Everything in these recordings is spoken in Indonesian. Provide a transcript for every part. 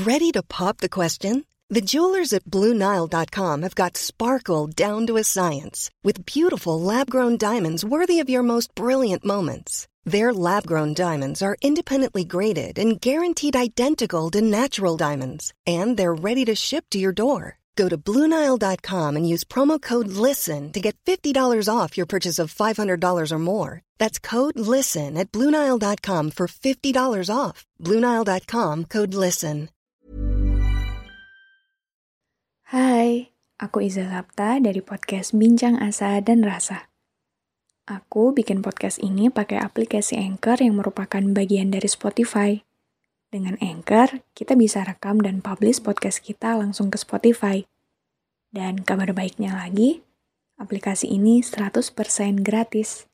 Ready to pop the question? The jewelers at BlueNile.com have got sparkle down to a science with beautiful lab-grown diamonds worthy of your most brilliant moments. Their lab-grown diamonds are independently graded and guaranteed identical to natural diamonds, and they're ready to ship to your door. Go to BlueNile.com and use promo code LISTEN to get $50 off your purchase of $500 or more. That's code LISTEN at BlueNile.com for $50 off. BlueNile.com, code LISTEN. Hai, aku Iza Sapta dari podcast Bincang Asa dan Rasa. Aku bikin podcast ini pakai aplikasi Anchor yang merupakan bagian dari Spotify. Dengan Anchor, kita bisa rekam dan publish podcast kita langsung ke Spotify. Dan kabar baiknya lagi, aplikasi ini 100% gratis.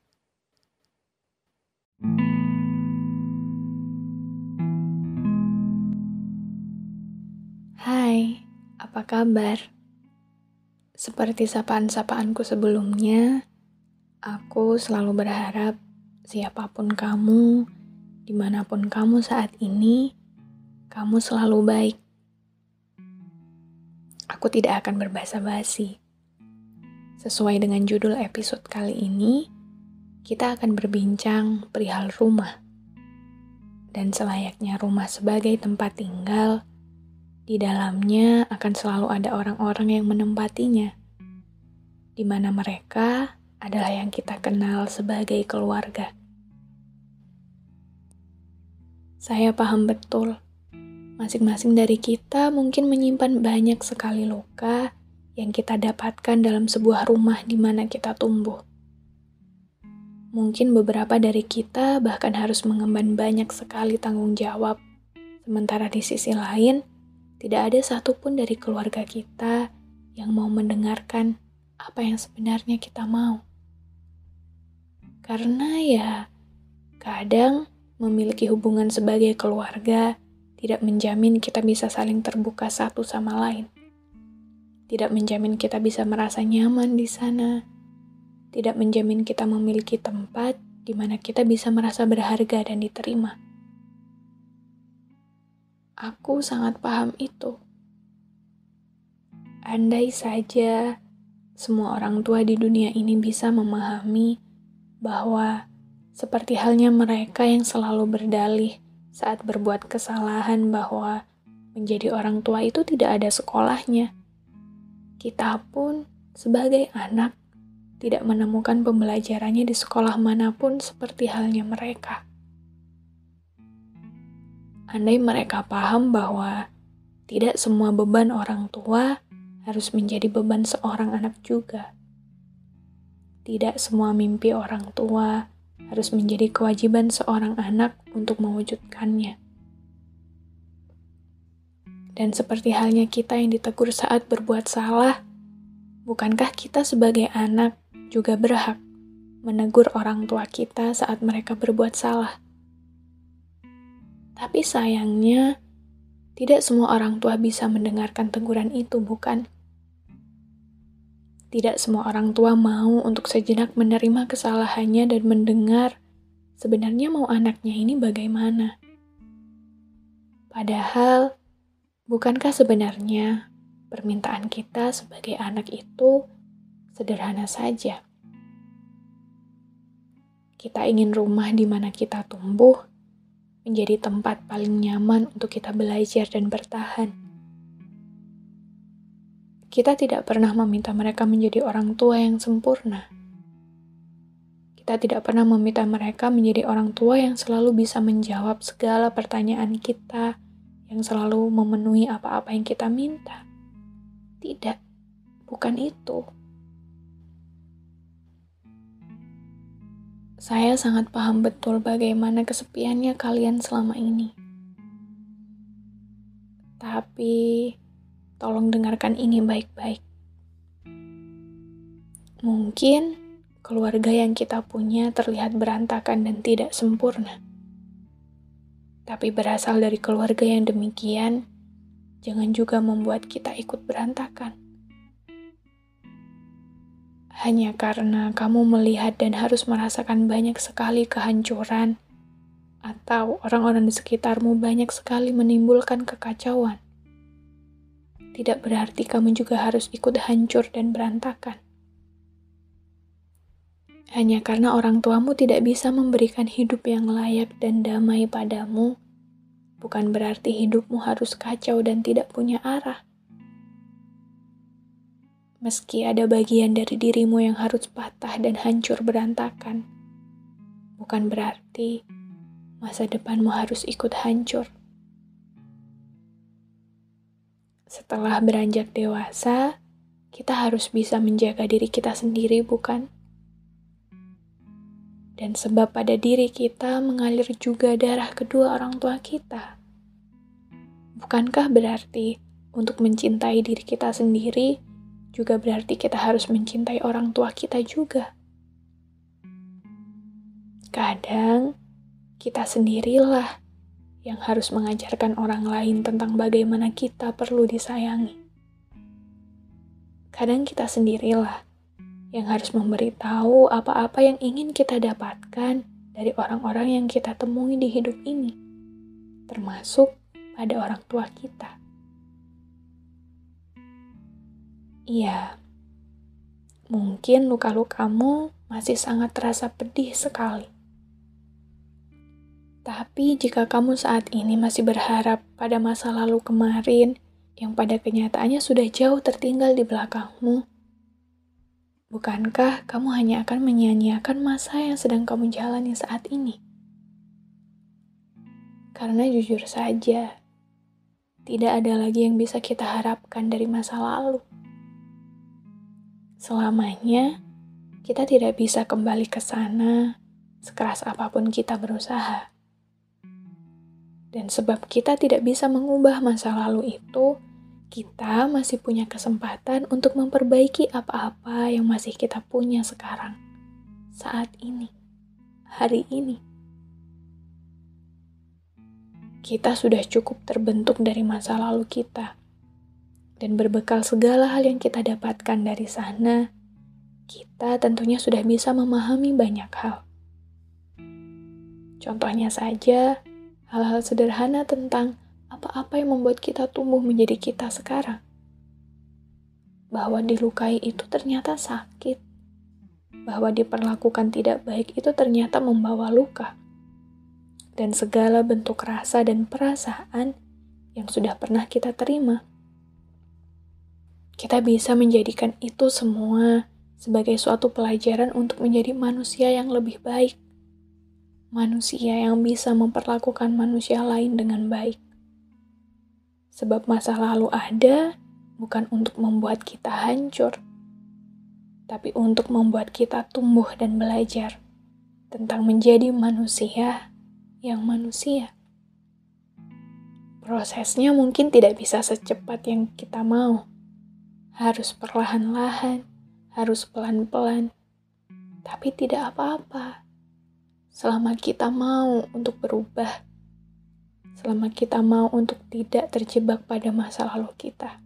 Hai, apa kabar? Seperti sapaan-sapaanku sebelumnya, aku selalu berharap siapapun kamu, dimanapun kamu saat ini, kamu selalu baik. Aku tidak akan berbasa-basi. Sesuai dengan judul episode kali ini, kita akan berbincang perihal rumah. Dan selayaknya rumah sebagai tempat tinggal, di dalamnya akan selalu ada orang-orang yang menempatinya, di mana mereka adalah yang kita kenal sebagai keluarga. Saya paham betul, masing-masing dari kita mungkin menyimpan banyak sekali luka yang kita dapatkan dalam sebuah rumah di mana kita tumbuh. Mungkin beberapa dari kita bahkan harus mengemban banyak sekali tanggung jawab, sementara di sisi lain, tidak ada satupun dari keluarga kita yang mau mendengarkan apa yang sebenarnya kita mau. Karena ya, kadang memiliki hubungan sebagai keluarga tidak menjamin kita bisa saling terbuka satu sama lain. Tidak menjamin kita bisa merasa nyaman di sana. Tidak menjamin kita memiliki tempat di mana kita bisa merasa berharga dan diterima. Aku sangat paham itu. Andai saja semua orang tua di dunia ini bisa memahami bahwa seperti halnya mereka yang selalu berdalih saat berbuat kesalahan bahwa menjadi orang tua itu tidak ada sekolahnya. Kita pun sebagai anak tidak menemukan pembelajarannya di sekolah manapun seperti halnya mereka. Andai mereka paham bahwa tidak semua beban orang tua harus menjadi beban seorang anak juga. Tidak semua mimpi orang tua harus menjadi kewajiban seorang anak untuk mewujudkannya. Dan seperti halnya kita yang ditegur saat berbuat salah, bukankah kita sebagai anak juga berhak menegur orang tua kita saat mereka berbuat salah? Tapi sayangnya, tidak semua orang tua bisa mendengarkan teguran itu, bukan? Tidak semua orang tua mau untuk sejenak menerima kesalahannya dan mendengar sebenarnya mau anaknya ini bagaimana. Padahal, bukankah sebenarnya permintaan kita sebagai anak itu sederhana saja? Kita ingin rumah di mana kita tumbuh menjadi tempat paling nyaman untuk kita belajar dan bertahan. Kita tidak pernah meminta mereka menjadi orang tua yang sempurna. Kita tidak pernah meminta mereka menjadi orang tua yang selalu bisa menjawab segala pertanyaan kita, yang selalu memenuhi apa-apa yang kita minta. Tidak, bukan itu. Saya sangat paham betul bagaimana kesepiannya kalian selama ini. Tapi, tolong dengarkan ini baik-baik. Mungkin, keluarga yang kita punya terlihat berantakan dan tidak sempurna. Tapi berasal dari keluarga yang demikian, jangan juga membuat kita ikut berantakan. Hanya karena kamu melihat dan harus merasakan banyak sekali kehancuran, atau orang-orang di sekitarmu banyak sekali menimbulkan kekacauan, tidak berarti kamu juga harus ikut hancur dan berantakan. Hanya karena orang tuamu tidak bisa memberikan hidup yang layak dan damai padamu, bukan berarti hidupmu harus kacau dan tidak punya arah. Meski ada bagian dari dirimu yang harus patah dan hancur berantakan, bukan berarti masa depanmu harus ikut hancur. Setelah beranjak dewasa, kita harus bisa menjaga diri kita sendiri, bukan? Dan sebab pada diri kita mengalir juga darah kedua orang tua kita. Bukankah berarti untuk mencintai diri kita sendiri juga berarti kita harus mencintai orang tua kita juga? Kadang kita sendirilah yang harus mengajarkan orang lain tentang bagaimana kita perlu disayangi. Kadang kita sendirilah yang harus memberitahu apa-apa yang ingin kita dapatkan dari orang-orang yang kita temui di hidup ini, termasuk pada orang tua kita. Iya, mungkin luka-lukamu masih sangat terasa pedih sekali. Tapi jika kamu saat ini masih berharap pada masa lalu kemarin yang pada kenyataannya sudah jauh tertinggal di belakangmu, bukankah kamu hanya akan menyia-nyiakan masa yang sedang kamu jalani saat ini? Karena jujur saja, tidak ada lagi yang bisa kita harapkan dari masa lalu. Selamanya, kita tidak bisa kembali ke sana sekeras apapun kita berusaha. Dan sebab kita tidak bisa mengubah masa lalu itu, kita masih punya kesempatan untuk memperbaiki apa-apa yang masih kita punya sekarang, saat ini, hari ini. Kita sudah cukup terbentuk dari masa lalu kita, dan berbekal segala hal yang kita dapatkan dari sana, kita tentunya sudah bisa memahami banyak hal. Contohnya saja, hal-hal sederhana tentang apa-apa yang membuat kita tumbuh menjadi kita sekarang. Bahwa dilukai itu ternyata sakit. Bahwa diperlakukan tidak baik itu ternyata membawa luka. Dan segala bentuk rasa dan perasaan yang sudah pernah kita terima. Kita bisa menjadikan itu semua sebagai suatu pelajaran untuk menjadi manusia yang lebih baik. Manusia yang bisa memperlakukan manusia lain dengan baik. Sebab masa lalu ada bukan untuk membuat kita hancur, tapi untuk membuat kita tumbuh dan belajar tentang menjadi manusia yang manusia. Prosesnya mungkin tidak bisa secepat yang kita mau. Harus perlahan-lahan, harus pelan-pelan, tapi tidak apa-apa. Selama kita mau untuk berubah, selama kita mau untuk tidak terjebak pada masa lalu kita.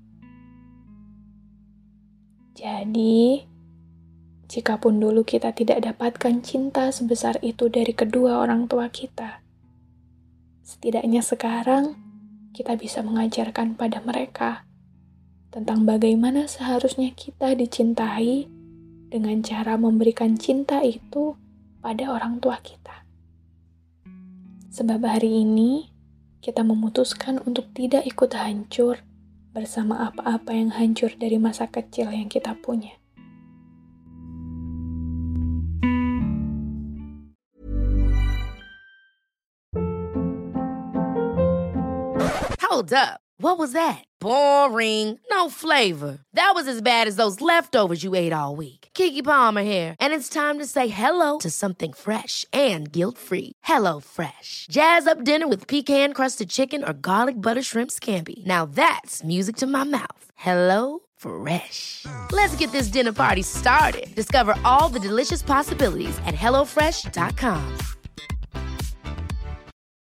Jadi, jikapun dulu kita tidak dapatkan cinta sebesar itu dari kedua orang tua kita, setidaknya sekarang kita bisa mengajarkan pada mereka tentang bagaimana seharusnya kita dicintai dengan cara memberikan cinta itu pada orang tua kita. Sebab hari ini, kita memutuskan untuk tidak ikut hancur bersama apa-apa yang hancur dari masa kecil yang kita punya. Hold up. What was that? Boring. No flavor. That was as bad as those leftovers you ate all week. Keke Palmer here, and it's time to say hello to something fresh and guilt-free. Hello Fresh. Jazz up dinner with pecan-crusted chicken or garlic butter shrimp scampi. Now that's music to my mouth. Hello Fresh. Let's get this dinner party started. Discover all the delicious possibilities at HelloFresh.com.